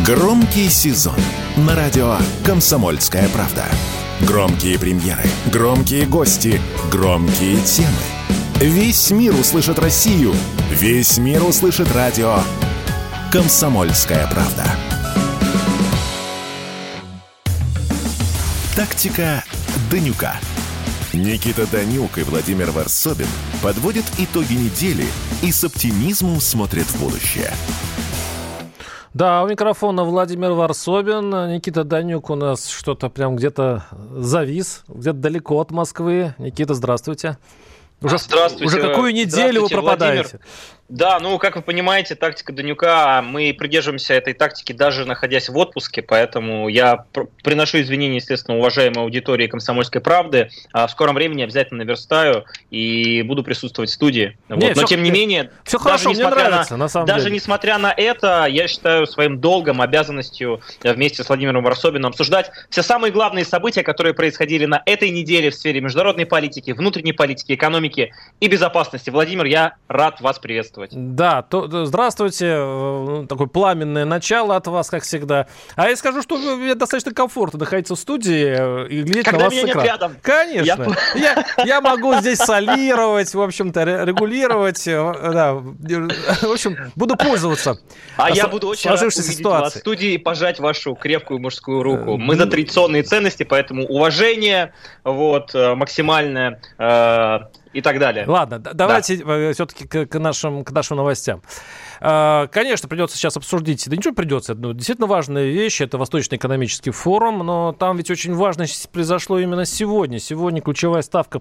Громкий сезон на радио «Комсомольская правда». Громкие премьеры, громкие гости, громкие темы. Весь мир услышит Россию. Весь мир услышит радио «Комсомольская правда». Тактика Данюка. Никита Данюк и Владимир Варсобин подводят итоги недели и с оптимизмом смотрят в будущее. Да, у микрофона Владимир Варсобин. Никита Данюк у нас что-то прям где-то завис, где-то далеко от Москвы. Никита, здравствуйте. Здравствуйте. Уже какую неделю вы пропадаете? Владимир. Да, как вы понимаете, тактика Данюка, мы придерживаемся этой тактики даже находясь в отпуске, поэтому я приношу извинения, естественно, уважаемой аудитории «Комсомольской правды». В скором времени обязательно наверстаю и буду присутствовать в студии. Но тем не менее, все хорошо, мне нравится, на самом деле. Даже несмотря на это, я считаю своим долгом, обязанностью вместе с Владимиром Варсобиным обсуждать все самые главные события, которые происходили на этой неделе в сфере международной политики, внутренней политики, экономики и безопасности. Владимир, я рад вас приветствовать. Да, здравствуйте. Такое пламенное начало от вас, как всегда. А я скажу, что мне достаточно комфортно находиться в студии и глядеть когда на вас с экрана. Когда меня нет рядом. Конечно. Я могу здесь солировать, в общем-то, регулировать. Да. В общем, буду пользоваться. Я буду очень рад увидеть вас в студии и пожать вашу крепкую мужскую руку. Мы за традиционные ценности, поэтому уважение максимальное и так далее. Ладно, давайте все-таки к нашим новостям. Конечно, придется сейчас обсудить, да ничего придется, действительно важная вещь, это Восточный экономический форум, но там ведь очень важно произошло именно сегодня. Сегодня ключевая ставка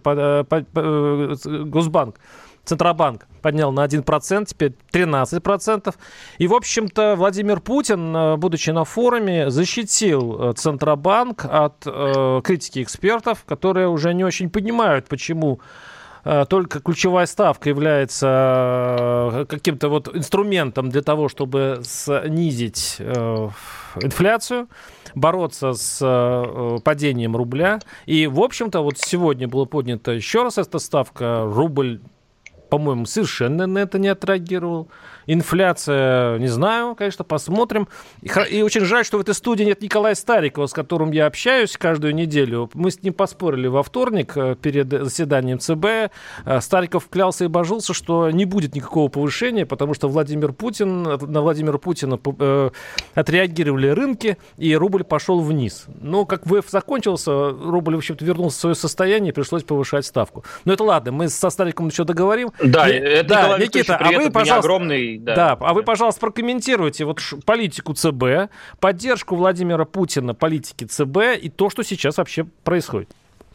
Госбанк, Центробанк поднял на 1%, теперь 13%. И, в общем-то, Владимир Путин, будучи на форуме, защитил Центробанк от критики экспертов, которые уже не очень понимают, почему только ключевая ставка является каким-то инструментом для того, чтобы снизить инфляцию, бороться с падением рубля. И, в общем-то, сегодня была поднята еще раз эта ставка. Рубль, по-моему, совершенно на это не отреагировал. Инфляция, не знаю, конечно, посмотрим. И очень жаль, что в этой студии нет Николая Старикова, с которым я общаюсь каждую неделю. Мы с ним поспорили во вторник перед заседанием ЦБ. Стариков клялся и божился, что не будет никакого повышения, потому что на Владимира Путина отреагировали рынки, и рубль пошел вниз. Но как ВЭФ закончился, рубль, в общем-то, вернулся в свое состояние, и пришлось повышать ставку. Но это ладно, мы со Стариковым еще договорим. Никита, а вы, пожалуйста, огромный. Вы, пожалуйста, прокомментируйте политику ЦБ, поддержку Владимира Путина политики ЦБ и то, что сейчас вообще происходит.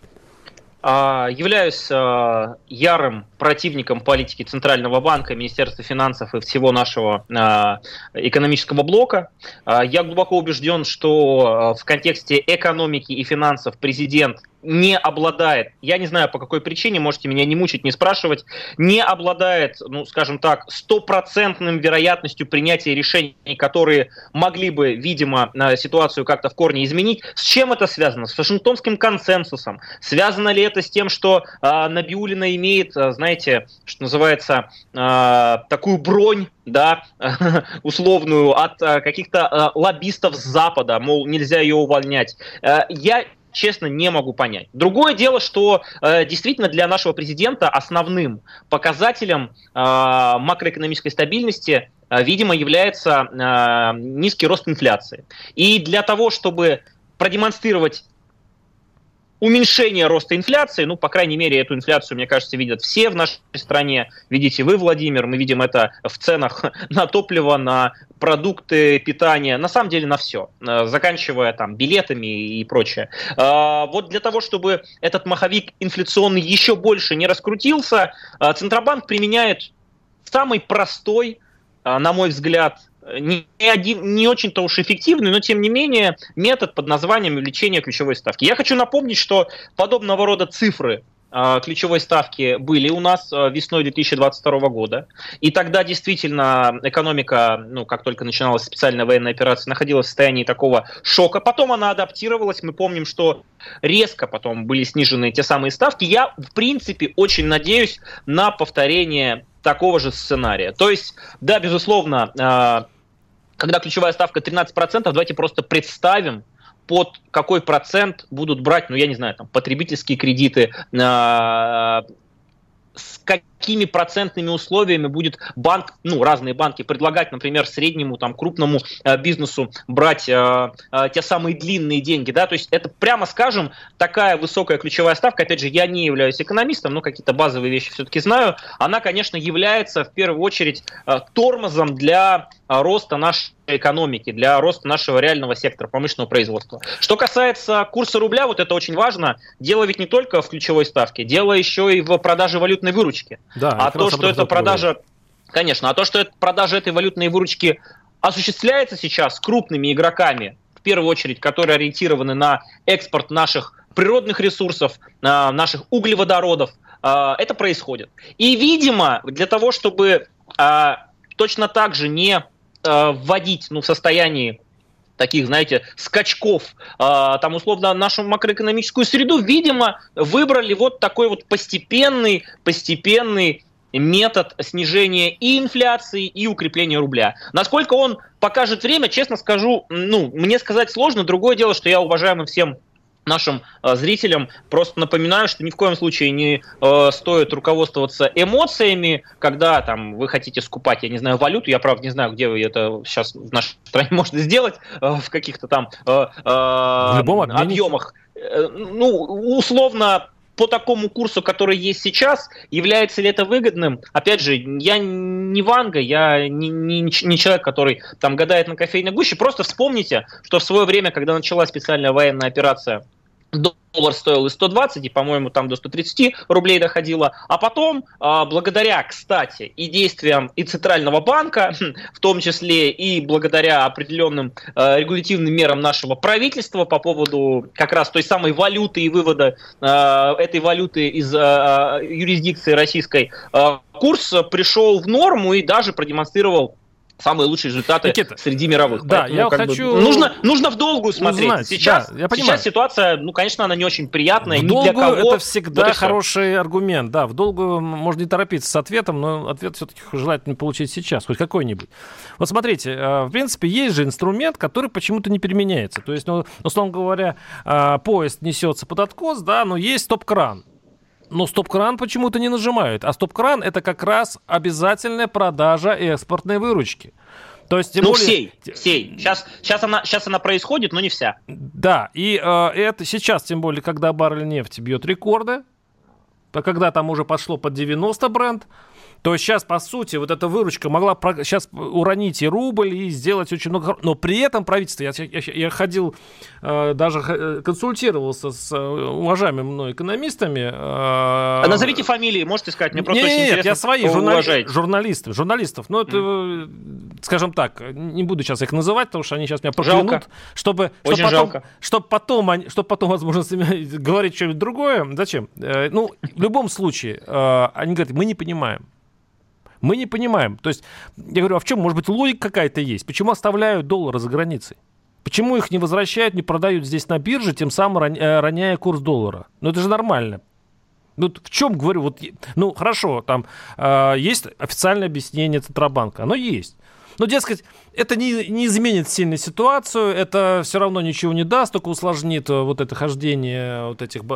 Являюсь ярым противником политики Центрального банка, Министерства финансов и всего нашего экономического блока. Я глубоко убежден, что в контексте экономики и финансов президент не обладает, я не знаю по какой причине, можете меня не мучить, не спрашивать, не обладает, скажем так, 100% вероятностью принятия решений, которые могли бы, видимо, ситуацию как-то в корне изменить. С чем это связано? С Вашингтонским консенсусом? Связано ли это с тем, что Набиуллина имеет, знаете, что называется, такую бронь, условную от каких-то лоббистов с Запада, мол, нельзя ее увольнять? Я честно, не могу понять. Другое дело, что действительно для нашего президента основным показателем макроэкономической стабильности, видимо, является низкий рост инфляции. И для того, чтобы продемонстрировать уменьшение роста инфляции, по крайней мере, эту инфляцию, мне кажется, видят все в нашей стране. Видите вы, Владимир, мы видим это в ценах на топливо, на продукты питания, на самом деле на все, заканчивая билетами и прочее. Для того, чтобы этот маховик инфляционный еще больше не раскрутился, Центробанк применяет самый простой, на мой взгляд, не очень-то уж эффективный, но тем не менее метод под названием увеличения ключевой ставки. Я хочу напомнить, что подобного рода цифры ключевой ставки были у нас весной 2022 года. И тогда действительно экономика, как только начиналась специальная военная операция, находилась в состоянии такого шока. Потом она адаптировалась. Мы помним, что резко потом были снижены те самые ставки. Я, в принципе, очень надеюсь на повторение такого же сценария. То есть, да, безусловно, когда ключевая ставка 13%, давайте просто представим, под какой процент будут брать, я не знаю, там, потребительские кредиты, с какими процентными условиями будет банк, разные банки предлагать, например, среднему, там, крупному бизнесу брать те самые длинные деньги, да, то есть это, прямо скажем, такая высокая ключевая ставка, опять же, я не являюсь экономистом, но какие-то базовые вещи все-таки знаю, она, конечно, является в первую очередь тормозом для роста нашей экономики, для роста нашего реального сектора промышленного производства. Что касается курса рубля, вот это очень важно, дело ведь не только в ключевой ставке, дело еще и в продаже валютной выручки. Да, то, что это продажа, конечно, продажа этой валютной выручки осуществляется сейчас крупными игроками, в первую очередь, которые ориентированы на экспорт наших природных ресурсов, наших углеводородов, это происходит. И, видимо, для того, чтобы точно так же не вводить в состоянии таких, знаете, скачков, там, условно, нашу макроэкономическую среду, видимо, выбрали вот такой вот постепенный метод снижения и инфляции, и укрепления рубля. Насколько он покажет время, честно скажу, мне сказать сложно. Другое дело, что я уважаемым всем нашим зрителям просто напоминаю, что ни в коем случае не стоит руководствоваться эмоциями, когда там вы хотите скупать, я не знаю, валюту, я правда не знаю, где вы это сейчас в нашей стране можно сделать, в каких-то там объемах. Условно, по такому курсу, который есть сейчас, является ли это выгодным? Опять же, я не Ванга, я не человек, который там гадает на кофейной гуще. Просто вспомните, что в свое время, когда началась специальная военная операция, доллар стоил и 120, и, по-моему, там до 130 рублей доходило. А потом, благодаря, кстати, и действиям и Центрального банка, в том числе и благодаря определенным регулятивным мерам нашего правительства по поводу как раз той самой валюты и вывода этой валюты из юрисдикции российской, курс пришел в норму и даже продемонстрировал самые лучшие результаты среди мировых. Да, поэтому, я хочу... Нужно в долгую смотреть. Узнать, сейчас ситуация, конечно, она не очень приятная. В долгую это всегда хороший аргумент. Да, в долгую можно не торопиться с ответом, но ответ все-таки желательно получить сейчас, хоть какой-нибудь. Вот смотрите, в принципе, есть же инструмент, который почему-то не применяется. То есть, условно говоря, поезд несется под откос, да, но есть стоп-кран. Но стоп-кран почему-то не нажимают. А стоп-кран — это как раз обязательная продажа экспортной выручки. То есть, тем более... всей. Сейчас она происходит, но не вся. Да, и это сейчас, тем более, когда баррель нефти бьет рекорды, когда там уже пошло под 90 бренд, то сейчас, по сути, вот эта выручка могла сейчас уронить и рубль, и сделать очень много... Но при этом правительство, я ходил, даже консультировался с уважаемыми мной экономистами. Назовите фамилии, можете сказать, мне просто очень интересно. Нет, я своих журналистов. Ну, это, скажем так, не буду сейчас их называть, потому что они сейчас меня проклянут. Чтобы потом, возможно, говорить что-нибудь другое. Зачем? В любом случае, они говорят, мы не понимаем. Мы не понимаем. То есть, я говорю, а в чем, может быть, логика какая-то есть? Почему оставляют доллары за границей? Почему их не возвращают, не продают здесь на бирже, тем самым роняя курс доллара? Это же нормально. В чем, говорю, хорошо, там есть официальное объяснение Центробанка, оно есть. Но, дескать, это не изменит сильно ситуацию, это все равно ничего не даст, только усложнит вот это хождение вот этих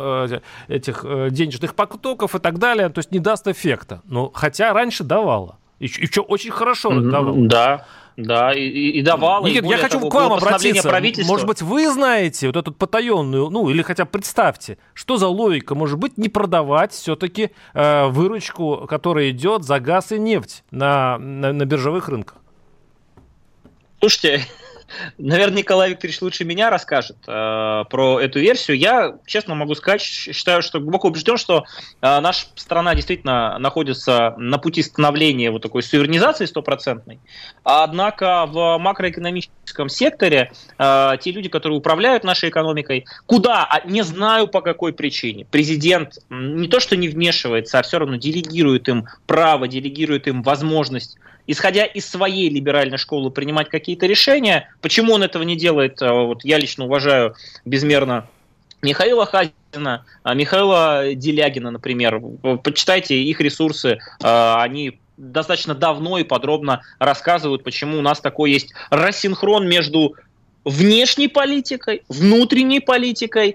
денежных потоков и так далее, то есть не даст эффекта. Хотя раньше давало, и что очень хорошо давало. Да, и давало. Никит, я хочу к вам обратиться. Может быть, вы знаете вот эту потаенную, или хотя бы представьте, что за логика может быть не продавать все-таки выручку, которая идет за газ и нефть на биржевых рынках? Слушайте, наверное, Николай Викторович лучше меня расскажет про эту версию. Я, честно могу сказать, считаю, что глубоко убежден, что наша страна действительно находится на пути становления вот такой суверенизации стопроцентной. Однако в макроэкономическом секторе те люди, которые управляют нашей экономикой, не знаю по какой причине, президент не то что не вмешивается, а все равно делегирует им право, делегирует им возможность, исходя из своей либеральной школы, принимать какие-то решения. Почему он этого не делает? Вот я лично уважаю безмерно Михаила Хазина, Михаила Делягина, например. Почитайте их ресурсы, они достаточно давно и подробно рассказывают, почему у нас такой есть рассинхрон между внешней политикой, внутренней политикой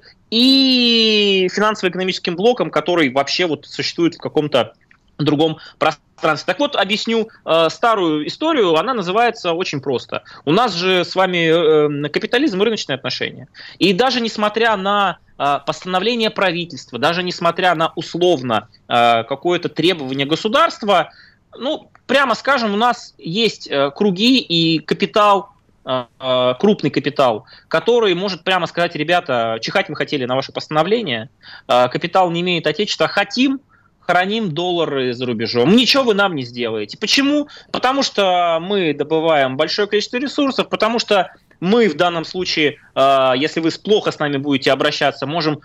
и финансово-экономическим блоком, который вообще вот существует в каком-то другом пространстве. Так вот, объясню старую историю, она называется очень просто. У нас же с вами капитализм и рыночные отношения. И даже несмотря на постановление правительства, даже несмотря на условно какое-то требование государства, ну, прямо скажем, у нас есть круги и капитал, крупный капитал, который может прямо сказать: ребята, чихать мы хотели на ваше постановление, капитал не имеет отечества, хотим, храним доллары за рубежом. Ничего вы нам не сделаете. Почему? Потому что мы добываем большое количество ресурсов, потому что мы в данном случае, если вы плохо с нами будете обращаться, можем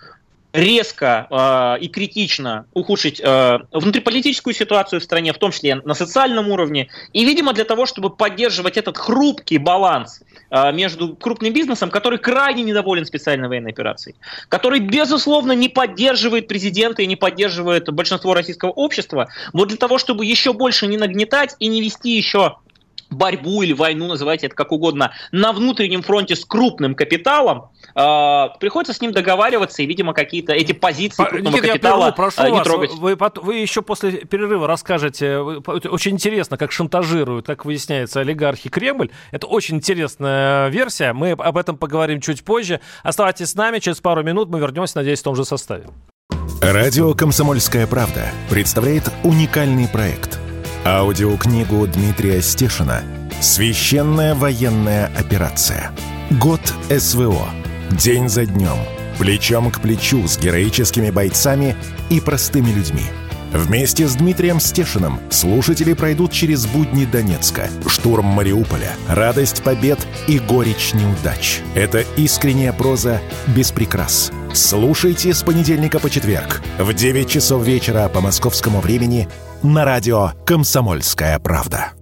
резко и критично ухудшить внутриполитическую ситуацию в стране, в том числе на социальном уровне. И, видимо, для того, чтобы поддерживать этот хрупкий баланс между крупным бизнесом, который крайне недоволен специальной военной операцией, который, безусловно, не поддерживает президента и не поддерживает большинство российского общества, вот для того, чтобы еще больше не нагнетать и не вести еще борьбу или войну, называйте это как угодно, на внутреннем фронте с крупным капиталом, приходится с ним договариваться и, видимо, какие-то эти позиции крупного капитала не трогать. Вы еще после перерыва расскажете. Очень интересно, как шантажируют, как выясняется, олигархи Кремль. Это очень интересная версия. Мы об этом поговорим чуть позже. Оставайтесь с нами. Через пару минут мы вернемся, надеюсь, в том же составе. Радио «Комсомольская правда» представляет уникальный проект. Аудиокнигу Дмитрия Стешина «Священная военная операция. Год СВО. День за днем. Плечом к плечу с героическими бойцами и простыми людьми». Вместе с Дмитрием Стешиным слушатели пройдут через будни Донецка, штурм Мариуполя, радость побед и горечь неудач. Это искренняя проза без прикрас. Слушайте с понедельника по четверг в 9 часов вечера по московскому времени на радио «Комсомольская правда».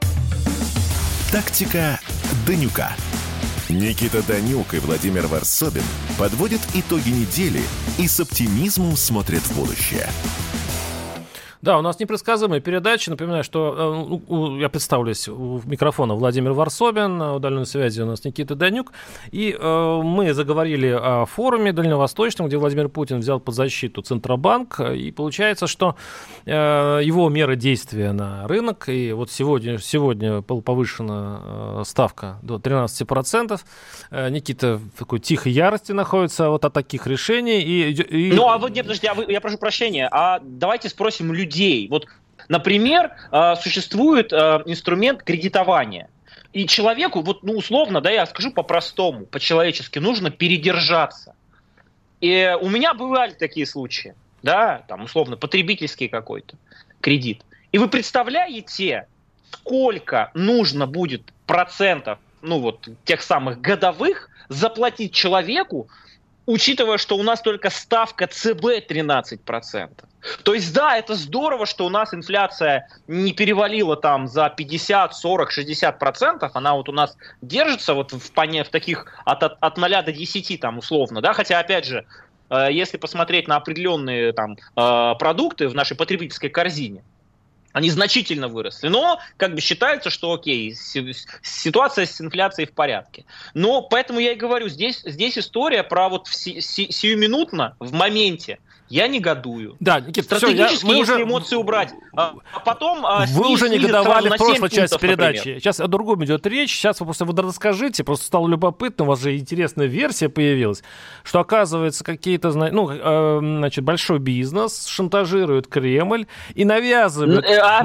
Тактика Данюка. Никита Данюк и Владимир Варсобин подводят итоги недели и с оптимизмом смотрят в будущее. Да, у нас непредсказуемая передача. Напоминаю, что я представлюсь, у микрофона Владимир Варсобин, на удаленной связи у нас Никита Данюк. И мы заговорили о форуме дальневосточном, где Владимир Путин взял под защиту Центробанк. И получается, что его меры действия на рынок, и вот сегодня повышена ставка до 13%. Никита в такой тихой ярости находится вот от таких решений. Ну, а вы, подождите, я прошу прощения, а давайте спросим людей. Вот, например, существует инструмент кредитования. И человеку, вот, ну, условно, да, я скажу по-простому, по-человечески, нужно передержаться. И у меня бывали такие случаи, да, там, условно, потребительский какой-то кредит. И вы представляете, сколько нужно будет процентов, ну, вот, тех самых годовых заплатить человеку, учитывая, что у нас только ставка ЦБ 13%. То есть, да, это здорово, что у нас инфляция не перевалила там за 50, 40, 60%, она вот у нас держится вот в таких от 0 до 10 там условно, да, хотя, опять же, если посмотреть на определенные там продукты в нашей потребительской корзине, они значительно выросли. Но как бы считается, что окей, ситуация с инфляцией в порядке. Но поэтому я и говорю, здесь история про вот сиюминутно, в моменте. Я негодую. Да, Никит, стратегически, если уже эмоции убрать, а потом вы уже негодовали в прошлой части передачи. Например. Сейчас о другом идет речь. Сейчас вы просто расскажите, просто стало любопытно, у вас же интересная версия появилась, что оказывается какие-то, значит, большой бизнес шантажирует Кремль и навязывает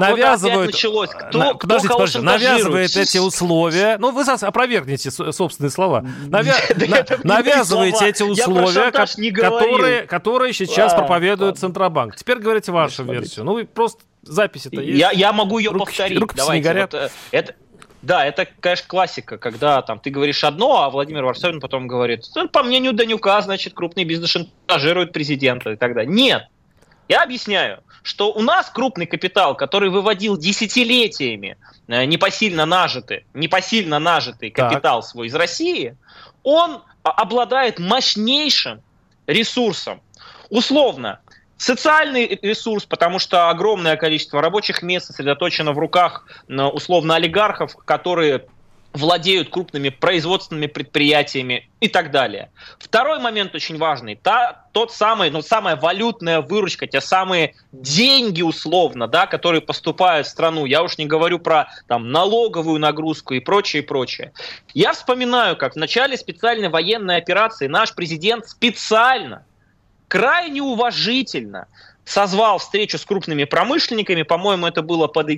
эти условия. Ну, вы опровергните собственные слова. Навязываете эти условия, которые сейчас проповедует Центробанк. Теперь говорите вашу версию. Ну, вы просто записи-то есть. Я могу ее повторить. Давайте. Это, конечно, классика, когда там ты говоришь одно, а Владимир Варсобин потом говорит: по мнению Данюка, значит, крупный бизнес шантажирует президента и так далее. Нет. Я объясняю, что у нас крупный капитал, который выводил десятилетиями непосильно нажитый капитал свой из России, он обладает мощнейшим ресурсом. Условно, социальный ресурс, потому что огромное количество рабочих мест сосредоточено в руках, условно, олигархов, которые владеют крупными производственными предприятиями и так далее. Второй момент очень важный. Самая валютная выручка, те самые деньги, условно, да, которые поступают в страну. Я уж не говорю про налоговую нагрузку и прочее, прочее. Я вспоминаю, как в начале специальной военной операции наш президент специально, крайне уважительно созвал встречу с крупными промышленниками, по-моему, это было под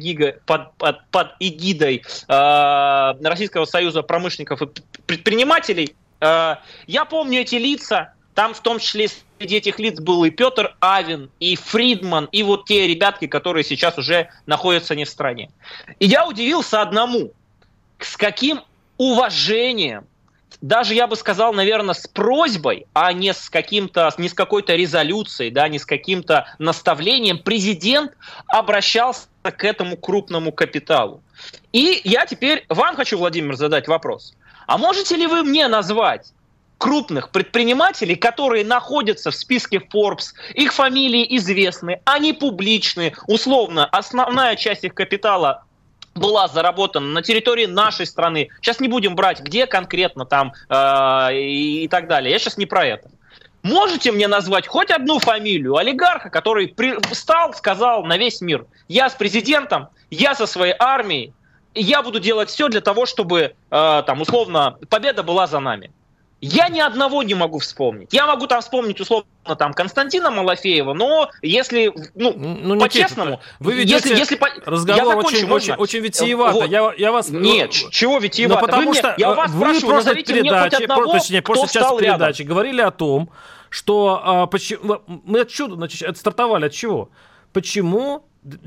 эгидой Российского союза промышленников и предпринимателей. Я помню эти лица, там в том числе среди этих лиц был и Петр Авен, и Фридман, и вот те ребятки, которые сейчас уже находятся не в стране. И я удивился одному, с каким уважением, даже, я бы сказал, наверное, с просьбой, а не с какой-то резолюцией, да, не с каким-то наставлением, президент обращался к этому крупному капиталу. И я теперь вам хочу, Владимир, задать вопрос. А можете ли вы мне назвать крупных предпринимателей, которые находятся в списке Forbes, их фамилии известны, они публичны, условно, основная часть их капитала была заработана на территории нашей страны. Сейчас не будем брать, где конкретно там и так далее. Я сейчас не про это. Можете мне назвать хоть одну фамилию олигарха, который сказал на весь мир: я с президентом, я со своей армией, и я буду делать все для того, чтобы, условно, победа была за нами. Я ни одного не могу вспомнить. Я могу вспомнить, условно, Константина Малафеева, но если, по-честному... Вы ведете разговор очень витиевато. Вот. Я вас... Нет, чего витиевато? Потому что я вас спрашиваю, назовите мне хоть одного, кто встал рядом. Передачи говорили о том, что... мы отстартовали от чего? Почему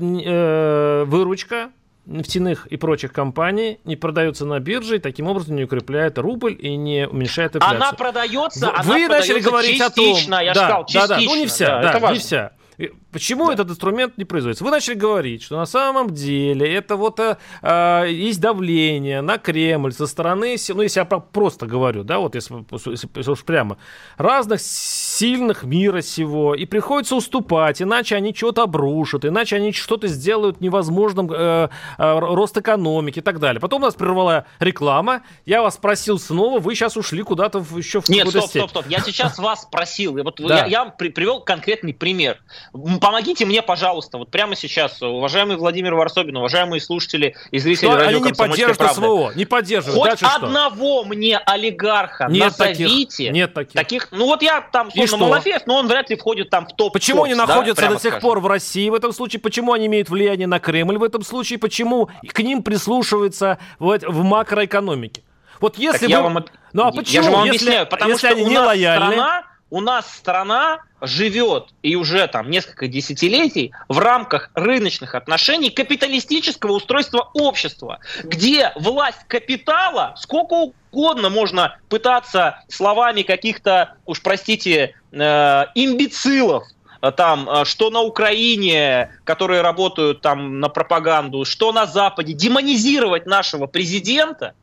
выручка нефтяных и прочих компаний не продается на бирже и таким образом не укрепляет рубль и не уменьшает инфляцию. Она продается, Вы начали говорить частично, о том, я сказал, частично. Ну не вся, да, не вся. Почему этот инструмент не производится? Вы начали говорить, что на самом деле это есть давление на Кремль со стороны, если я просто говорю, да, вот если уж прямо, разных сильных мира сего, и приходится уступать, иначе они что-то обрушат, иначе они что-то сделают невозможным, рост экономики и так далее. Потом нас прервала реклама, я вас спросил снова, вы сейчас ушли куда-то еще в какую-то степь. Стоп, я сейчас вас спросил, я привел конкретный пример. Помогите мне, пожалуйста, вот прямо сейчас, уважаемый Владимир Варсобин, уважаемые слушатели и зрители радио «Комсомольская правда». СВО, не поддерживают. Хоть одного мне олигарха назовите. Нет таких. Я условно, Малафеев, но он вряд ли входит в топ-100. Почему они находятся до сих пор в России в этом случае? Почему они имеют влияние на Кремль в этом случае? Почему к ним прислушиваются в макроэкономике? Вот если я же вам объясняю, потому что они не лояльны... У нас страна живет и уже несколько десятилетий в рамках рыночных отношений капиталистического устройства общества, где власть капитала, сколько угодно можно пытаться словами каких-то, уж простите, имбецилов, что на Украине, которые работают на пропаганду, что на Западе, демонизировать нашего президента,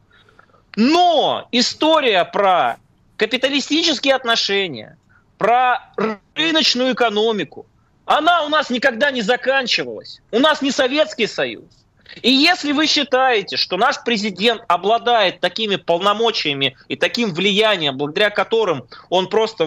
но история про капиталистические отношения, про рыночную экономику, она у нас никогда не заканчивалась. У нас не Советский Союз. И если вы считаете, что наш президент обладает такими полномочиями и таким влиянием, благодаря которым он просто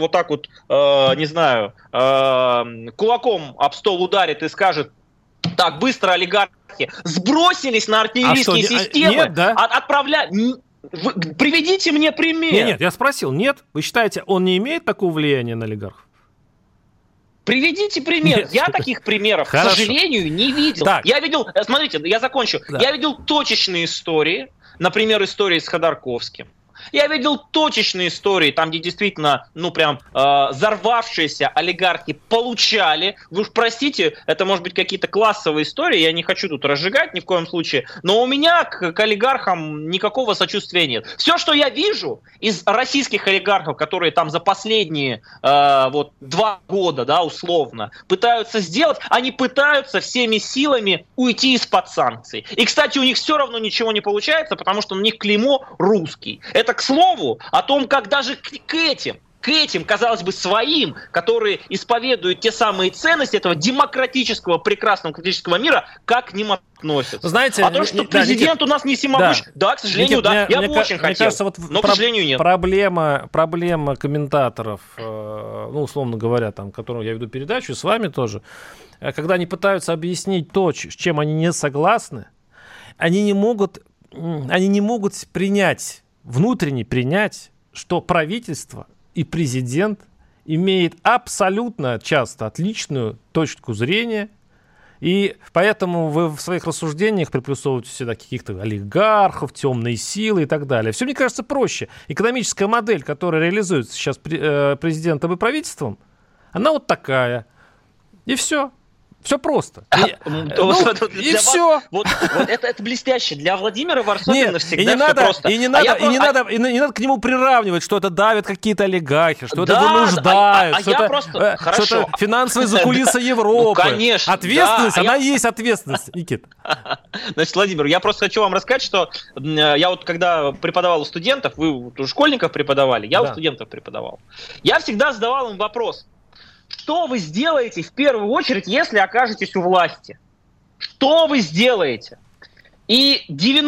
кулаком об стол ударит и скажет: так, быстро олигархи сбросились на артиллерийские системы, отправляют... Приведите мне пример. Нет, я спросил, нет? Вы считаете, он не имеет такого влияния на олигархов? Приведите пример. Нет. Я таких примеров, Хорошо. к сожалению, не видел. Так. Я видел, смотрите, я закончу. Да. Я видел точечные истории, например, истории с Ходорковским. Я видел точечные истории, там, где действительно, взорвавшиеся олигархи получали. Вы уж простите, это может быть какие-то классовые истории, я не хочу тут разжигать ни в коем случае, но у меня к олигархам никакого сочувствия нет. Все, что я вижу из российских олигархов, которые за последние 2 года, да, условно, пытаются сделать, они пытаются всеми силами уйти из-под санкций. И, кстати, у них все равно ничего не получается, потому что на них клеймо «русский». Это, к слову, о том, как даже к этим к этим, казалось бы, своим, которые исповедуют те самые ценности этого демократического, прекрасного, капиталистического мира, как к ним относятся. Знаете, а то, что президент у нас не всемогущ, да, к сожалению, Никит, да. Я бы очень хотел, кажется, вот но, к сожалению, нет. Проблема комментаторов, ну, условно говоря, там, которую я веду передачу, с вами тоже, когда они пытаются объяснить то, с чем они не согласны, они не могут внутренне принять, что правительство и президент имеет абсолютно часто отличную точку зрения, и поэтому вы в своих рассуждениях приплюсовываете всегда каких-то олигархов, темные силы и так далее. Все, мне кажется, проще. Экономическая модель, которая реализуется сейчас президентом и правительством, она вот такая. И все. Все просто. И все. Вот это блестяще. Для Владимира Варсобина всегда все просто. И не надо к нему приравнивать, что это давят какие-то олигархи, что это вынуждают, что это финансовые закулисы Европы. Конечно. Ответственность, она есть ответственность, Никит. Значит, Владимир, я просто хочу вам рассказать, что я вот когда преподавал у студентов, вы у школьников преподавали, я у студентов преподавал. Я всегда задавал им вопрос. Что вы сделаете в первую очередь, если окажетесь у власти? Что вы сделаете? И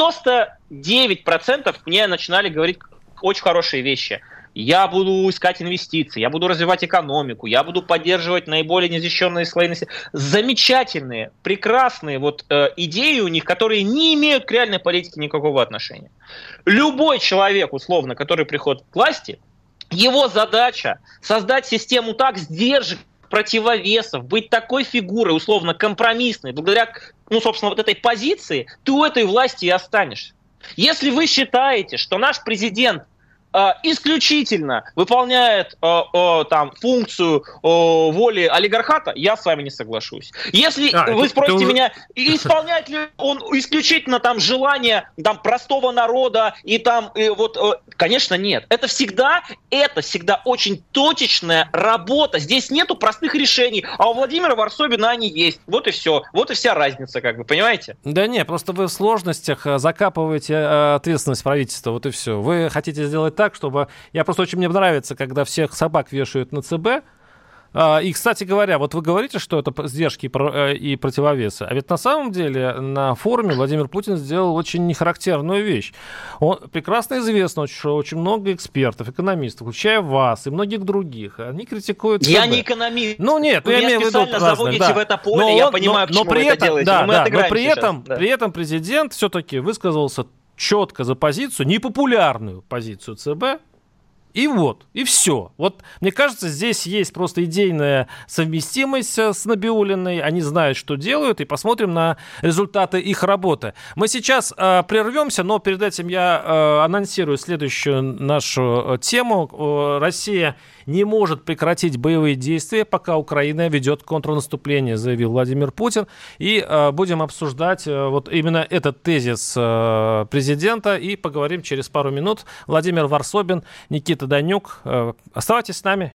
99% мне начинали говорить очень хорошие вещи. Я буду искать инвестиции, я буду развивать экономику, я буду поддерживать наиболее незащищенные слои населения. Замечательные, прекрасные идеи у них, которые не имеют к реальной политике никакого отношения. Любой человек, условно, который приходит к власти, его задача создать систему так сдержек, противовесов, быть такой фигурой, условно, компромиссной, благодаря, собственно, вот этой позиции, ты у этой власти и останешься. Если вы считаете, что наш президент исключительно выполняет функцию воли олигархата, я с вами не соглашусь. Если вы спросите меня, исполняет ли он исключительно желание простого народа, конечно, нет. Это всегда очень точечная работа. Здесь нету простых решений, а у Владимира Варсобина они есть. Вот и все. Вот и вся разница, понимаете? Да не, просто вы в сложностях закапываете ответственность правительства, вот и все. Вы хотите сделать так, чтобы... Мне нравится, когда всех собак вешают на ЦБ. И, кстати говоря, вот вы говорите, что это сдержки и противовесы. А ведь на самом деле на форуме Владимир Путин сделал очень нехарактерную вещь. Прекрасно известно, что очень много экспертов, экономистов, включая вас и многих других, они критикуют ЦБ. Я не экономист. Ну нет, вы меня специально заводите в это поле, я понимаю, почему вы это делаете. Но при этом президент все-таки высказался четко за позицию, непопулярную позицию ЦБ, и все. Мне кажется, здесь есть просто идейная совместимость с Набиуллиной, они знают, что делают, и посмотрим на результаты их работы. Мы сейчас прервемся, но перед этим я анонсирую следующую нашу тему. Россия не может прекратить боевые действия, пока Украина ведет контрнаступление, заявил Владимир Путин. И будем обсуждать именно этот тезис президента. И поговорим через пару минут. Владимир Варсобин, Никита Данюк. Оставайтесь с нами.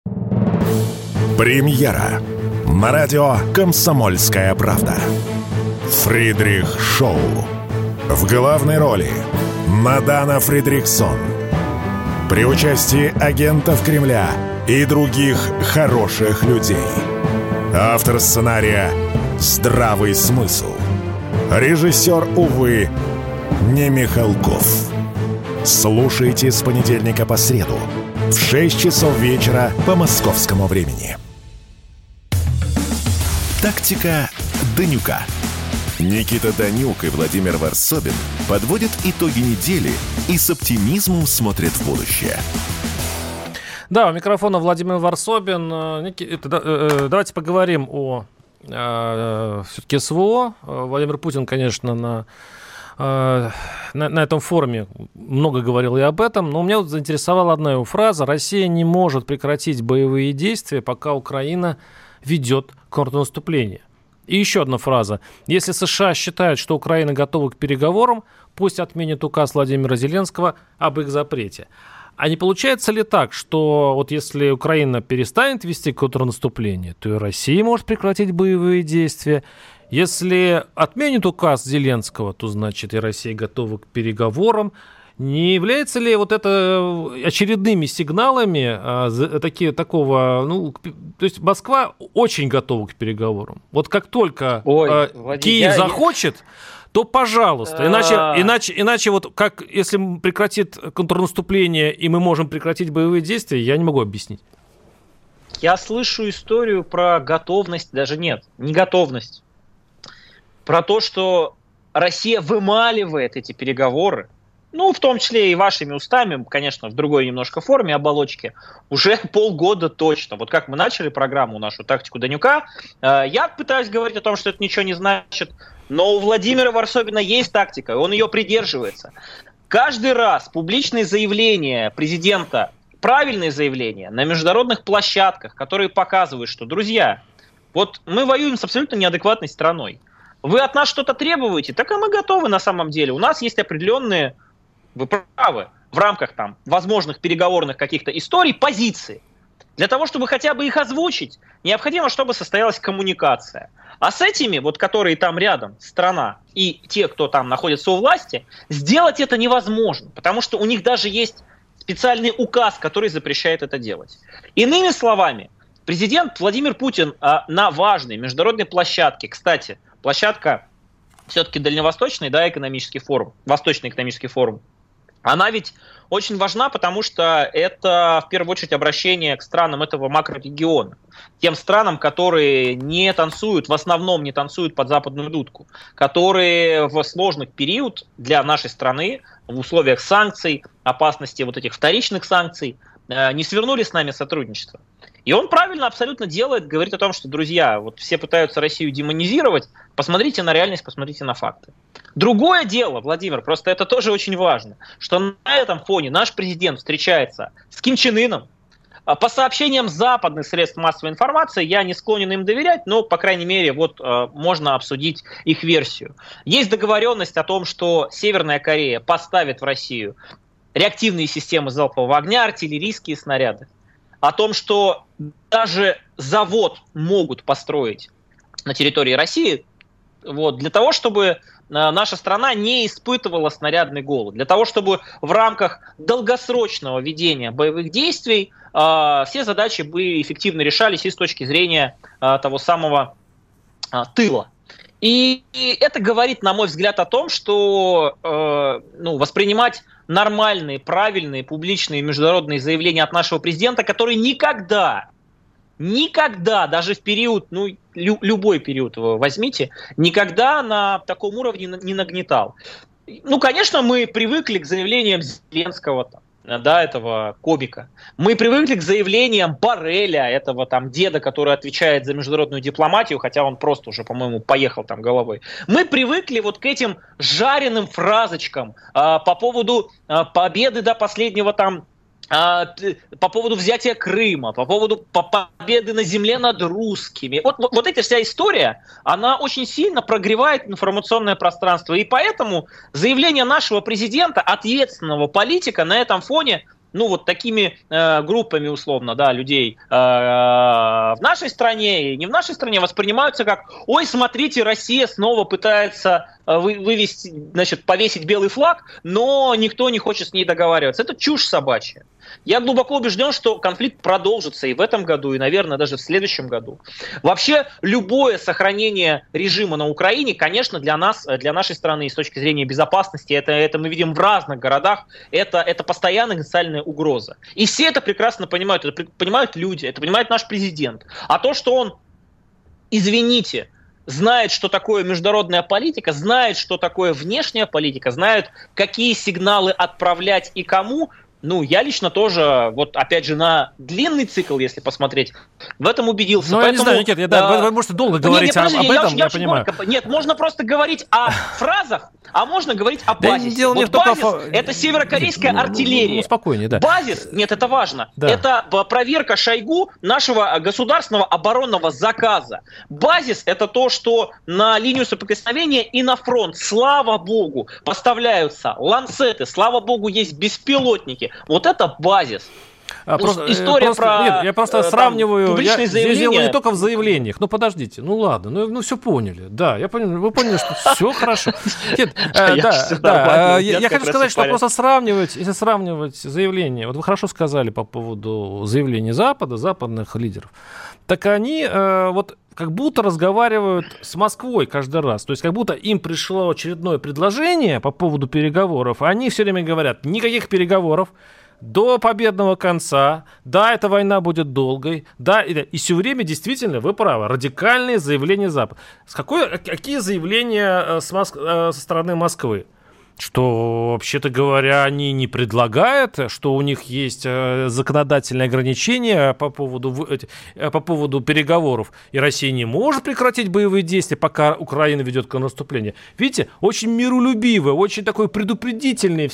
Премьера на радио «Комсомольская правда». Фридрих Шоу. В главной роли Мадана Фридрихсон. При участии агентов Кремля и других хороших людей. Автор сценария «Здравый смысл». Режиссер, увы, не Михалков. Слушайте с понедельника по среду в 6 часов вечера по московскому времени. Тактика Данюка. Никита Данюк и Владимир Варсобин подводят итоги недели и с оптимизмом смотрят в будущее. Да, у микрофона Владимир Варсобин. Давайте поговорим о все-таки СВО. Владимир Путин, конечно, на этом форуме много говорил и об этом, но меня заинтересовала одна его фраза: «Россия не может прекратить боевые действия, пока Украина ведет контрнаступление». И еще одна фраза: «Если США считают, что Украина готова к переговорам, пусть отменят указ Владимира Зеленского об их запрете». А не получается ли так, что если Украина перестанет вести контрнаступление, то и Россия может прекратить боевые действия? Если отменит указ Зеленского, то значит и Россия готова к переговорам. Не является ли вот это очередными сигналами то есть Москва очень готова к переговорам. Вот как только Киев захочет, то пожалуйста. Иначе вот как, если прекратит контрнаступление и мы можем прекратить боевые действия, я не могу объяснить. Я слышу историю про готовность, даже нет, не готовность. Про то, что Россия вымаливает эти переговоры, в том числе и вашими устами, конечно, в другой немножко форме, оболочки, уже полгода точно. Вот как мы начали программу, нашу «Тактику Данюка», я пытаюсь говорить о том, что это ничего не значит, но у Владимира Варсобина есть тактика, и он ее придерживается. Каждый раз публичные заявления президента, правильные заявления на международных площадках, которые показывают, что, друзья, вот мы воюем с абсолютно неадекватной страной. Вы от нас что-то требуете, так и мы готовы на самом деле. У нас есть определенные, вы правы, в рамках там возможных переговорных каких-то историй, позиции. Для того, чтобы хотя бы их озвучить, необходимо, чтобы состоялась коммуникация. А с этими, вот которые там рядом, страна и те, кто там находится у власти, сделать это невозможно, потому что у них даже есть специальный указ, который запрещает это делать. Иными словами, президент Владимир Путин на важной международной площадке, кстати, площадка все-таки дальневосточный, экономический форум, Восточный экономический форум, она ведь очень важна, потому что это в первую очередь обращение к странам этого макрорегиона, тем странам, которые не танцуют, в основном не танцуют под западную дудку, которые в сложный период для нашей страны, в условиях санкций, опасности вот этих вторичных санкций, не свернули с нами сотрудничество. И он правильно абсолютно делает, говорит о том, что, друзья, вот все пытаются Россию демонизировать, посмотрите на реальность, посмотрите на факты. Другое дело, Владимир, просто это тоже очень важно, что на этом фоне наш президент встречается с Ким Чен Ыном. По сообщениям западных средств массовой информации, я не склонен им доверять, но, по крайней мере, вот можно обсудить их версию. Есть договоренность о том, что Северная Корея поставит в Россию реактивные системы залпового огня, артиллерийские снаряды. О том, что даже завод могут построить на территории России, для того, чтобы наша страна не испытывала снарядный голод, для того, чтобы в рамках долгосрочного ведения боевых действий все задачи бы эффективно решались и с точки зрения того самого тыла. И это говорит, на мой взгляд, о том, что воспринимать нормальные, правильные, публичные международные заявления от нашего президента, который никогда, даже в период, любой период вы возьмите, никогда на таком уровне не нагнетал. Конечно, мы привыкли к заявлениям Зеленского, этого комика. Мы привыкли к заявлениям Борреля, этого деда, который отвечает за международную дипломатию, хотя он просто уже, по-моему, поехал головой. Мы привыкли к этим жареным фразочкам по поводу победы до последнего по поводу взятия Крыма, по поводу победы на земле над русскими. Вот эта вся история, она очень сильно прогревает информационное пространство. И поэтому заявление нашего президента, ответственного политика, на этом фоне, такими группами, условно, людей в нашей стране и не в нашей стране воспринимаются как: ой, смотрите, Россия снова пытается вывести, повесить белый флаг, но никто не хочет с ней договариваться. Это чушь собачья. Я глубоко убежден, что конфликт продолжится и в этом году, и, наверное, даже в следующем году. Вообще, любое сохранение режима на Украине, конечно, для нас, для нашей страны, с точки зрения безопасности, это мы видим в разных городах, это постоянная социальная угроза. И все это прекрасно понимают. Это понимают люди, это понимает наш президент. А то, что он, извините, знает, что такое международная политика, знает, что такое внешняя политика, знает, какие сигналы отправлять и кому, я лично тоже, опять же, на длинный цикл, если посмотреть, в этом убедился. Я не знаю, Никита, вы можете долго говорить об этом, я понимаю. Нет, можно просто говорить о фразах, а можно говорить о базисе. Базис – это северокорейская артиллерия. Спокойнее, да. Базис, нет, это важно, это проверка Шойгу нашего государственного оборонного заказа. Базис – это то, что на линию соприкосновения и на фронт, слава богу, поставляются ланцеты, слава богу, есть беспилотники. Вот это базис. Я просто сравниваю. Публичные заявления. Дело не только в заявлениях. Ну, подождите. Ну, ладно. Ну, все поняли. Да, вы поняли, что все хорошо. Я хочу сказать, что просто если сравнивать заявления, вот вы хорошо сказали по поводу заявлений Запада, западных лидеров, так они вот как будто разговаривают с Москвой каждый раз. То есть как будто им пришло очередное предложение по поводу переговоров, а они все время говорят, никаких переговоров до победного конца, да, эта война будет долгой, да, и все время действительно, вы правы, радикальные заявления Запада. Какие заявления со стороны Москвы? Что, вообще-то говоря, они не предлагают, что у них есть законодательные ограничения по поводу переговоров, и Россия не может прекратить боевые действия, пока Украина ведет контрнаступление. Видите, очень миролюбивые, очень такой предупредительные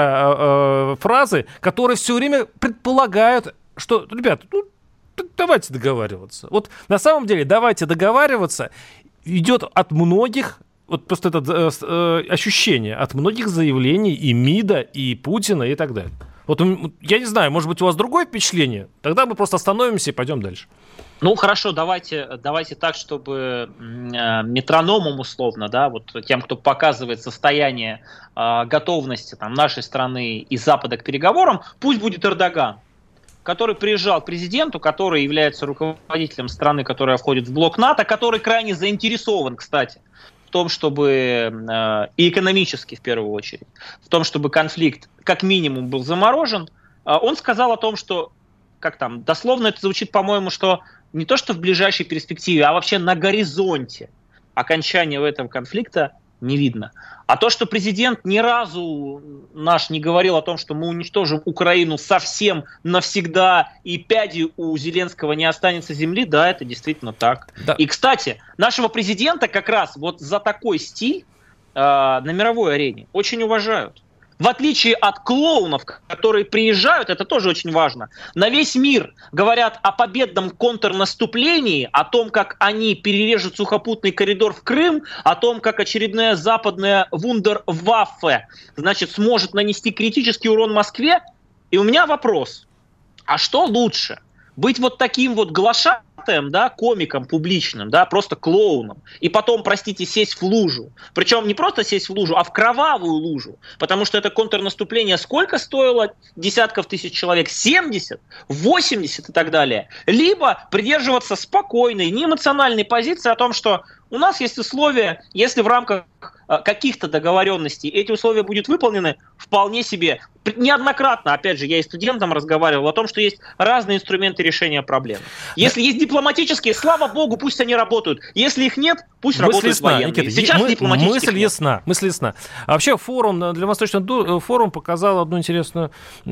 всегда фразы, которые все время предполагают, что, ребята, давайте договариваться. Вот на самом деле давайте договариваться идет от многих. Вот просто это ощущение от многих заявлений и МИДа, и Путина, и так далее. Вот я не знаю, может быть, у вас другое впечатление? Тогда мы просто остановимся и пойдем дальше. Ну, хорошо, давайте так, чтобы метрономом условно, да, вот тем, кто показывает состояние готовности там, нашей страны и Запада к переговорам, пусть будет Эрдоган, который приезжал к президенту, который является руководителем страны, которая входит в блок НАТО, который крайне заинтересован, кстати, в том, чтобы, и экономически в первую очередь, в том, чтобы конфликт как минимум был заморожен, он сказал о том, что, как там, дословно это звучит, по-моему, что не то, что в ближайшей перспективе, а вообще на горизонте окончания этого конфликта не видно. А то, что президент ни разу наш не говорил о том, что мы уничтожим Украину совсем навсегда и пяди у Зеленского не останется земли, да, это действительно так. Да. И, кстати, нашего президента как раз вот за такой стиль на мировой арене очень уважают. В отличие от клоунов, которые приезжают, это тоже очень важно, на весь мир говорят о победном контрнаступлении, о том, как они перережут сухопутный коридор в Крым, о том, как очередная западная вундерваффе, значит, сможет нанести критический урон Москве. И у меня вопрос, а что лучше? Быть вот таким вот глашатаем, да, комиком публичным, да, просто клоуном, и потом, простите, сесть в лужу. Причем не просто сесть в лужу, а в кровавую лужу. Потому что это контрнаступление сколько стоило? Десятков тысяч человек? 70? 80 и так далее. Либо придерживаться спокойной, неэмоциональной позиции о том, что у нас есть условия, если в рамках каких-то договоренностей эти условия будут выполнены, вполне себе. Неоднократно, опять же, я и студентам разговаривал о том, что есть разные инструменты решения проблем. Если есть дипломатические, слава богу, пусть они работают. Если их нет, пусть работают военные. Никита, сейчас дипломатических мысль ясна. А вообще форум, для Восточного форум показал одну интересную,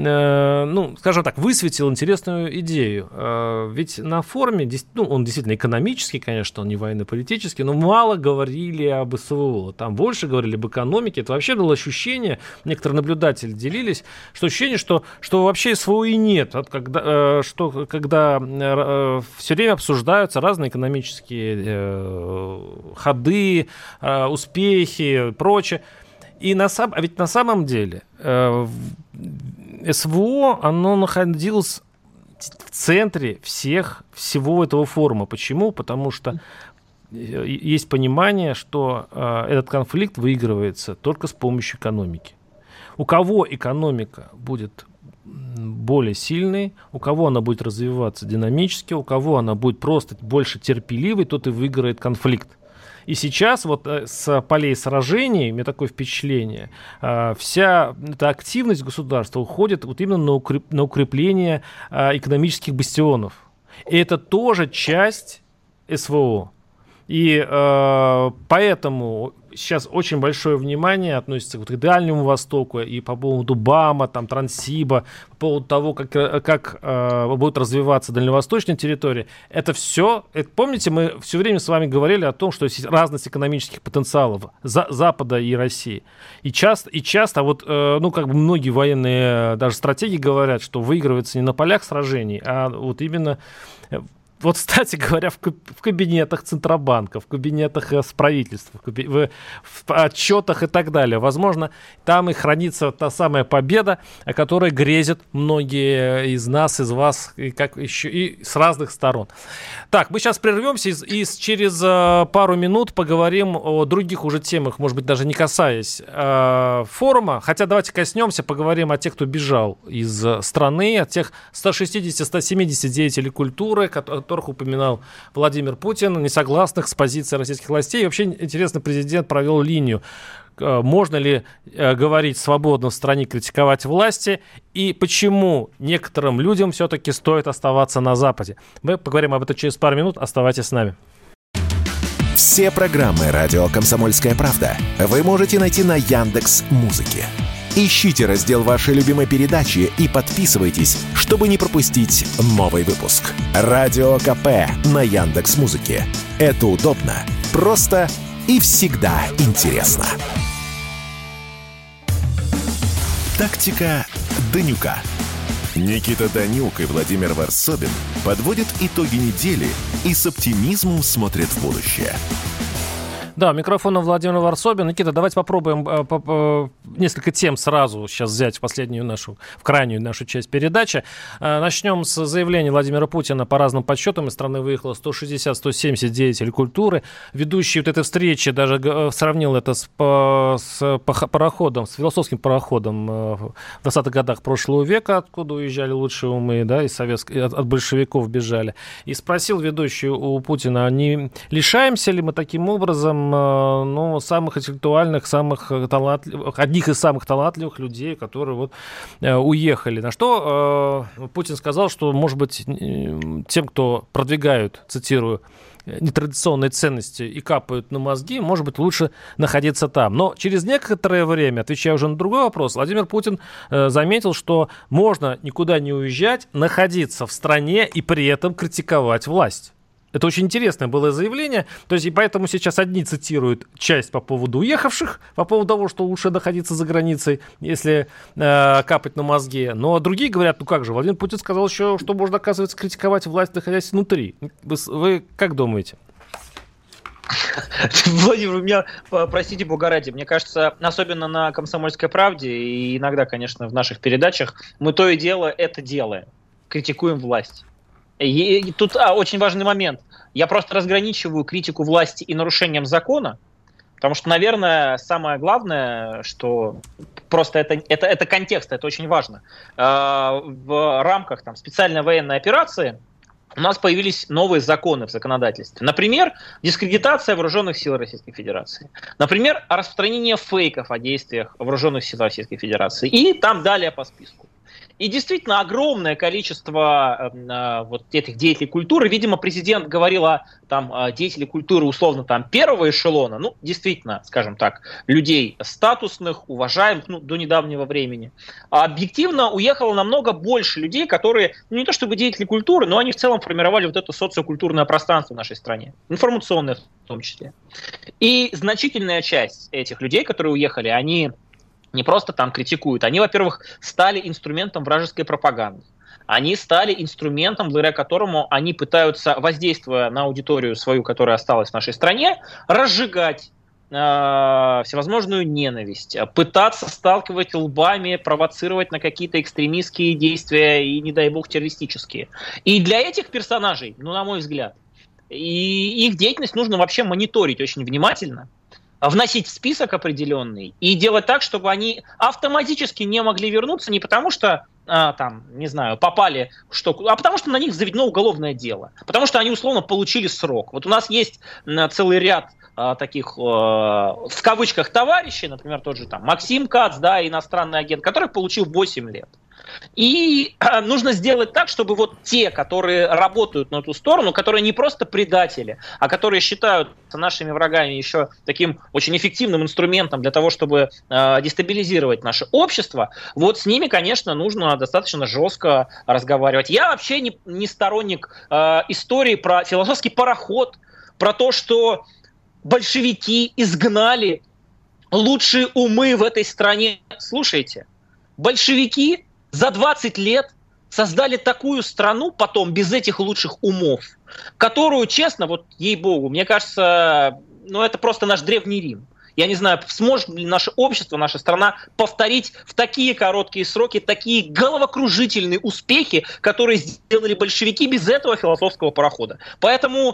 скажем так, высветил интересную идею. Ведь на форуме, он действительно экономический, конечно, он не военно-политический, но мало говорили об СВО. Там больше говорили об экономике. Это вообще было ощущение, некоторые наблюдатели делились, что ощущение, что вообще СВО и нет. Когда все время обсуждаются разные экономические ходы, успехи и прочее. А ведь на самом деле СВО, оно находилось в центре всего этого форума. Почему? Потому что есть понимание, что этот конфликт выигрывается только с помощью экономики. У кого экономика будет более сильной, у кого она будет развиваться динамически, у кого она будет просто больше терпеливой, тот и выиграет конфликт. И сейчас вот с полей сражений, у меня такое впечатление, вся эта активность государства уходит вот именно на укрепление экономических бастионов. И это тоже часть СВО. И поэтому сейчас очень большое внимание относится к Дальнему Востоку и по поводу БАМа, там, Транссиба, по поводу того, как будет развиваться дальневосточная территория. Это все, помните, мы все время с вами говорили о том, что есть разность экономических потенциалов Запада и России. И часто вот, многие военные даже стратеги говорят, что выигрывается не на полях сражений, а вот именно вот, кстати говоря, в кабинетах Центробанка, в кабинетах правительства, в отчетах и так далее. Возможно, там и хранится та самая победа, о которой грезят многие из нас, из вас, и как еще и с разных сторон. Так, мы сейчас прервемся и через пару минут поговорим о других уже темах, может быть, даже не касаясь форума. Хотя давайте коснемся, поговорим о тех, кто бежал из страны, о тех 160-170 деятелей культуры, которых упоминал Владимир Путин, несогласных с позицией российских властей. И вообще, интересно, президент провел линию. Можно ли говорить свободно в стране, критиковать власти, и почему некоторым людям все-таки стоит оставаться на Западе. Мы поговорим об этом через пару минут. Оставайтесь с нами. Все программы «Радио Комсомольская правда» вы можете найти на Яндекс.Музыке. Ищите раздел вашей любимой передачи и подписывайтесь, чтобы не пропустить новый выпуск. Радио КП на Яндекс.Музыке. Это удобно, просто и всегда интересно. Тактика Данюка. Никита Данюк и Владимир Варсобин подводят итоги недели и с оптимизмом смотрят в будущее. Да, микрофон Владимир Варсобин. Никита, давайте попробуем несколько тем сразу сейчас взять в крайнюю нашу часть передачи. Начнем с заявления Владимира Путина. По разным подсчетам из страны выехало 160-170 деятелей культуры. Ведущий вот этой встречи даже сравнил это с пароходом, с философским пароходом в 20-х годах прошлого века, откуда уезжали лучшие умы, да, от большевиков бежали. И спросил ведущий у Путина, не лишаемся ли мы таким образом самых интеллектуальных, одних из самых талантливых людей, которые вот уехали. На что Путин сказал, что, может быть, тем, кто продвигают, цитирую, нетрадиционные ценности и капают на мозги, может быть, лучше находиться там. Но через некоторое время, отвечая уже на другой вопрос, Владимир Путин заметил, что можно никуда не уезжать, находиться в стране и при этом критиковать власть. Это очень интересное было заявление. То есть, и поэтому сейчас одни цитируют часть по поводу уехавших, по поводу того, что лучше находиться за границей, если капать на мозги. Но другие говорят, ну как же, Владимир Путин сказал еще, что можно, оказывается, критиковать власть, находясь внутри. Вы как думаете? Владимир, вы меня, простите бога ради, мне кажется, особенно на «Комсомольской правде» и иногда, конечно, в наших передачах, мы то и дело это делаем. Критикуем власть. И тут очень важный момент. Я просто разграничиваю критику власти и нарушением закона, потому что, наверное, самое главное, что просто это контекст, это очень важно. В рамках специальной военной операции у нас появились новые законы в законодательстве. Например, дискредитация вооруженных сил Российской Федерации. Например, распространение фейков о действиях вооруженных сил Российской Федерации. И там далее по списку. И действительно огромное количество вот этих деятелей культуры, видимо, президент говорил о деятелей культуры условно первого эшелона, ну, действительно, скажем так, людей статусных, уважаемых, до недавнего времени. А объективно уехало намного больше людей, которые, не то чтобы деятели культуры, но они в целом формировали вот это социокультурное пространство в нашей стране, информационное в том числе. И значительная часть этих людей, которые уехали, они не просто критикуют, они, во-первых, стали инструментом вражеской пропаганды. Они стали инструментом, благодаря которому они пытаются, воздействуя на аудиторию свою, которая осталась в нашей стране, разжигать всевозможную ненависть, пытаться сталкивать лбами, провоцировать на какие-то экстремистские действия и, не дай бог, террористические. И для этих персонажей, на мой взгляд, и их деятельность нужно вообще мониторить очень внимательно, вносить в список определенный и делать так, чтобы они автоматически не могли вернуться не потому, что попали в штуку, а потому что на них заведено уголовное дело, потому что они условно получили срок. Вот у нас есть целый ряд таких, в кавычках, товарищей, например, тот же Максим Кац, иностранный агент, который получил 8 лет. И нужно сделать так, чтобы вот те, которые работают на ту сторону, которые не просто предатели, а которые считаются нашими врагами еще таким очень эффективным инструментом для того, чтобы дестабилизировать наше общество, вот с ними, конечно, нужно достаточно жестко разговаривать. Я вообще не сторонник истории про философский пароход, про то, что большевики изгнали лучшие умы в этой стране. Слушайте, большевики за 20 лет создали такую страну потом без этих лучших умов, которую, честно, вот ей-богу, мне кажется, это просто наш Древний Рим. Я не знаю, сможет ли наше общество, наша страна повторить в такие короткие сроки такие головокружительные успехи, которые сделали большевики без этого философского парохода. Поэтому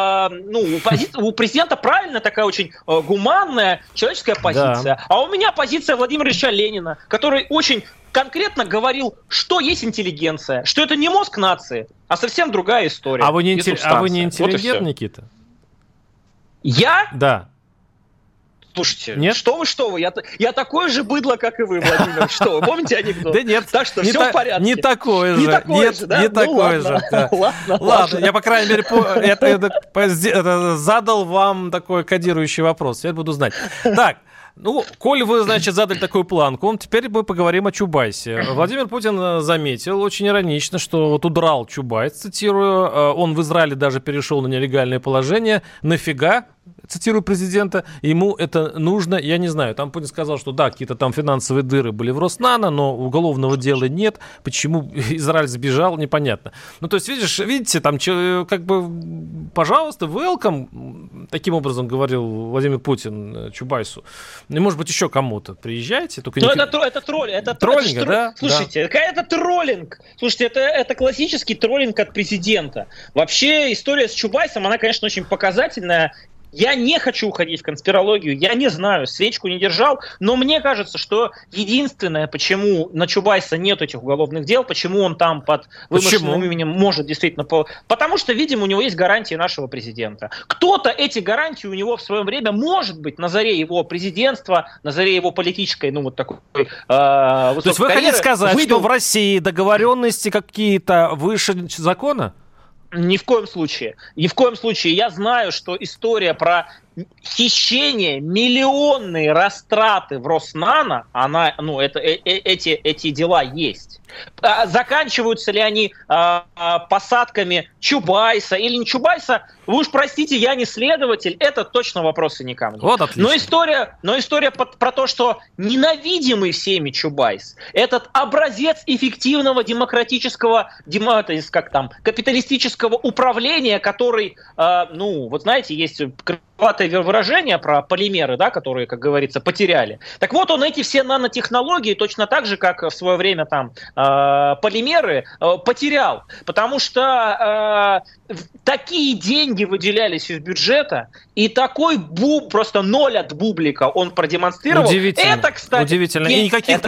у президента правильно такая очень гуманная человеческая позиция. Да. А у меня позиция Владимира Ильича Ленина, который очень конкретно говорил, что есть интеллигенция, что это не мозг нации, а совсем другая история. А вы не интеллигент, Никита? Я? Да. Слушайте, нет? Что вы, я такое же быдло, как и вы, Владимир, что вы, помните анекдот? Да нет, так что все в порядке. Не такое же, не такое же. Ладно, я, по крайней мере, это задал вам такой кодирующий вопрос, я буду знать. Так, коль вы, значит, задали такую планку, теперь мы поговорим о Чубайсе. Владимир Путин заметил очень иронично, что вот удрал Чубайс, цитирую, он в Израиле даже перешел на нелегальное положение. Нафига? Цитирую президента, ему это нужно, я не знаю, там Путин сказал, что да, какие-то там финансовые дыры были в Роснано, но уголовного дела нет, почему Израиль сбежал, непонятно. То есть, видите, там как бы, пожалуйста, welcome, таким образом говорил Владимир Путин Чубайсу, и, может быть, еще кому-то, приезжайте. Только это троллинг, да? Слушайте, это троллинг, слушайте, это классический троллинг от президента. Вообще, история с Чубайсом, она, конечно, очень показательная. Я не хочу уходить в конспирологию, я не знаю, свечку не держал, но мне кажется, что единственное, почему на Чубайса нет этих уголовных дел, почему он там под вымышленным именем может действительно... Потому что, видимо, у него есть гарантии нашего президента. Кто-то эти гарантии у него в свое время, может быть, на заре его президентства, на заре его политической, такой высокой карьеры... То есть вы хотите сказать, что в России договоренности какие-то выше закона? Ни в коем случае. Ни в коем случае. Я знаю, что история про хищение, миллионные растраты в Роснано, эти дела есть. Заканчиваются ли они посадками Чубайса или не Чубайса, вы уж простите, я не следователь, это точно вопросы не ко мне. Вот отлично. Но история про то, что ненавидимый всеми Чубайс, этот образец эффективного демократического, капиталистического управления, который, вот знаете, есть крылатое выражение про полимеры, да, которые, как говорится, потеряли. Так вот, он эти все нанотехнологии точно так же, как в свое время там полимеры, потерял. Потому что такие деньги выделялись из бюджета, и такой просто ноль от бублика он продемонстрировал. Удивительно. Это, кстати... Удивительно. И никаких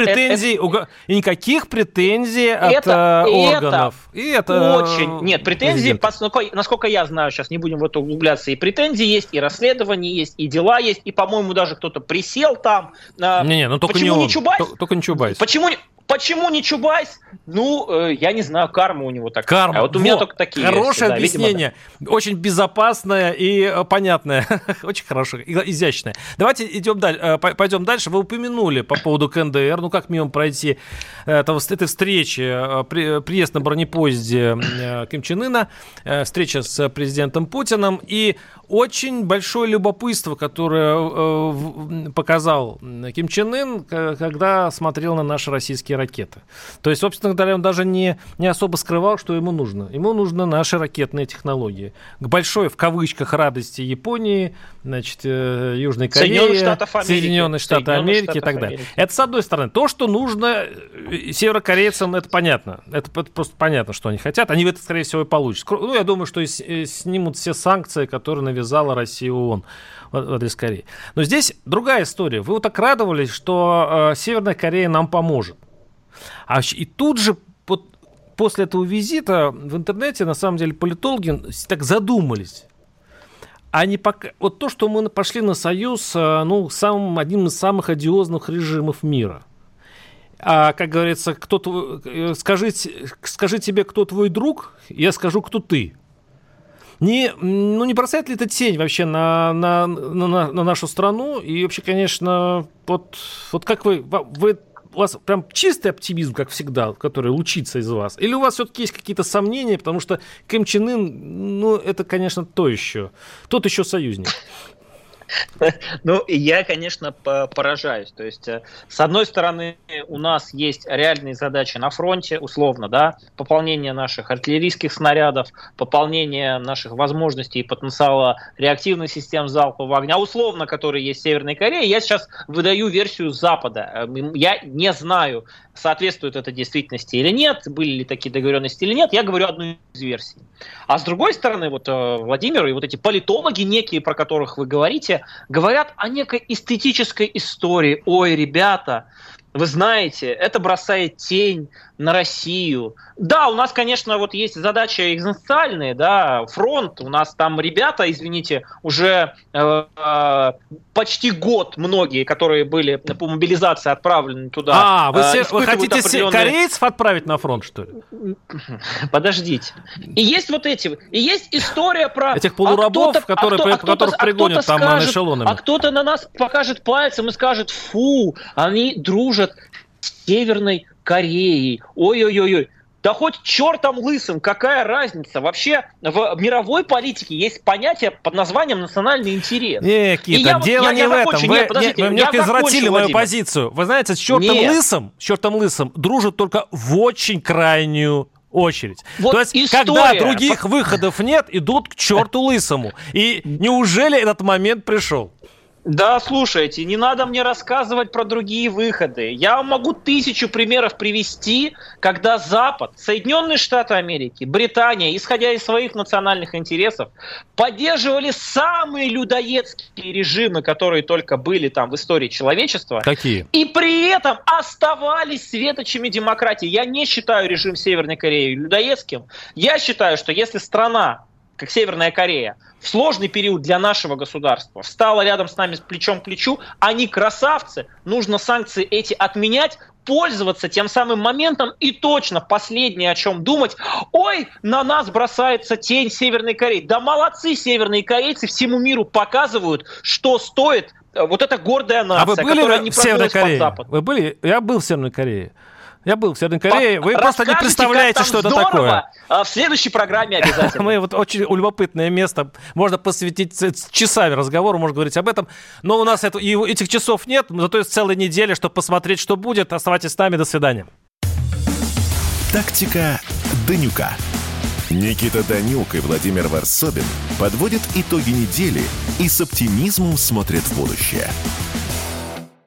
претензий от органов. Нет, претензии, насколько я знаю, сейчас не будем в это углубляться, и претензии есть, и расследования есть, и дела есть, и, по-моему, даже кто-то присел там. Только не он. Только не Чубайс. Почему не Чубайс? Я не знаю, карма у него такая. Карма. У меня только такие. Хорошее объяснение. Видимо, да. Очень безопасное и понятное. Очень хорошее, изящное. Давайте пойдем дальше. Вы упомянули по поводу КНДР. Как мимо пройти этой встречи, приезд на бронепоезде Ким Чен Ына, встреча с президентом Путиным и очень большое любопытство, которое показал Ким Чен Ын, когда смотрел на наши российские ракеты. То есть, собственно говоря, он даже не особо скрывал, что ему нужно. Ему нужны наши ракетные технологии. К большой, в кавычках, радости Японии, Южной Кореи, Соединенных Штатов Америки и так далее. Это с одной стороны. То, что нужно северокорейцам, это понятно. Это просто понятно, что они хотят. Они это, скорее всего, и получат. Я думаю, что снимут все санкции, которые навязала Россия ООН в адрес Кореи. Но здесь другая история. Вы так радовались, что Северная Корея нам поможет. И тут же после этого визита в интернете, на самом деле, политологи так задумались. Вот то, что мы пошли на союз с одним из самых одиозных режимов мира. А, как говорится, скажи тебе, кто твой друг, я скажу, кто ты. Не бросает ли это тень вообще на нашу страну? И вообще, конечно, вот как у вас прям чистый оптимизм, как всегда, который лучится из вас? Или у вас все-таки есть какие-то сомнения, потому что Ким Чен Ын, это, конечно, тот еще союзник? Ну, я, конечно, поражаюсь. То есть, с одной стороны, у нас есть реальные задачи на фронте, условно, да, пополнение наших артиллерийских снарядов, пополнение наших возможностей и потенциала реактивных систем залпового огня, условно, которые есть в Северной Корее. Я сейчас выдаю версию Запада. Я не знаю, соответствует это действительности или нет, были ли такие договоренности или нет. Я говорю одну из версий. А с другой стороны, вот Владимир и вот эти политологи некие, про которых вы говорите, говорят о некой эстетической истории. Ой, ребята, вы знаете, это бросает тень на Россию. Да, у нас, конечно, вот есть задачи экзистенциальные, да, фронт, у нас там ребята, извините, уже почти год многие, которые были по мобилизации отправлены туда. Вы хотите корейцев отправить на фронт, что ли? Подождите. И есть вот эти, и есть история про... Этих полурабов, которых пригонят там эшелонами. А кто-то на нас покажет пальцем и скажет, фу, они дружат с Северной Кореей. Ой-ой-ой. Да хоть чертом лысым, какая разница? Вообще в мировой политике есть понятие под названием национальный интерес. Никита, дело не в этом. Вы немножко извратили мою позицию. Вы знаете, с чертом лысым дружат только в очень крайнюю очередь. Вот то есть, история, когда других выходов нет, идут к черту лысому. И неужели этот момент пришел? Да, слушайте, не надо мне рассказывать про другие выходы. Я могу 1000 примеров привести, когда Запад, Соединенные Штаты Америки, Британия, исходя из своих национальных интересов, поддерживали самые людоедские режимы, которые только были там в истории человечества. Какие? И при этом оставались светочами демократии. Я не считаю режим Северной Кореи людоедским. Я считаю, что если страна, как Северная Корея, в сложный период для нашего государства встала рядом с нами плечом к плечу, они красавцы, нужно санкции эти отменять, пользоваться тем самым моментом и точно последнее, о чем думать, ой, на нас бросается тень Северной Кореи. Да молодцы северные корейцы, всему миру показывают, что стоит вот эта гордая нация, которая не прогнулась под Запад. Вы были? Я был в Северной Корее. Я был в Северной Корее. Вы просто не представляете, что это такое. В следующей программе обязательно. Мы вот очень любопытное место. Можно посвятить часами разговору, можно говорить об этом. Но у нас этих часов нет. Зато есть целая неделя, чтобы посмотреть, что будет. Оставайтесь с нами. До свидания. Тактика Данюка. Никита Данюк и Владимир Варсобин подводят итоги недели и с оптимизмом смотрят в будущее.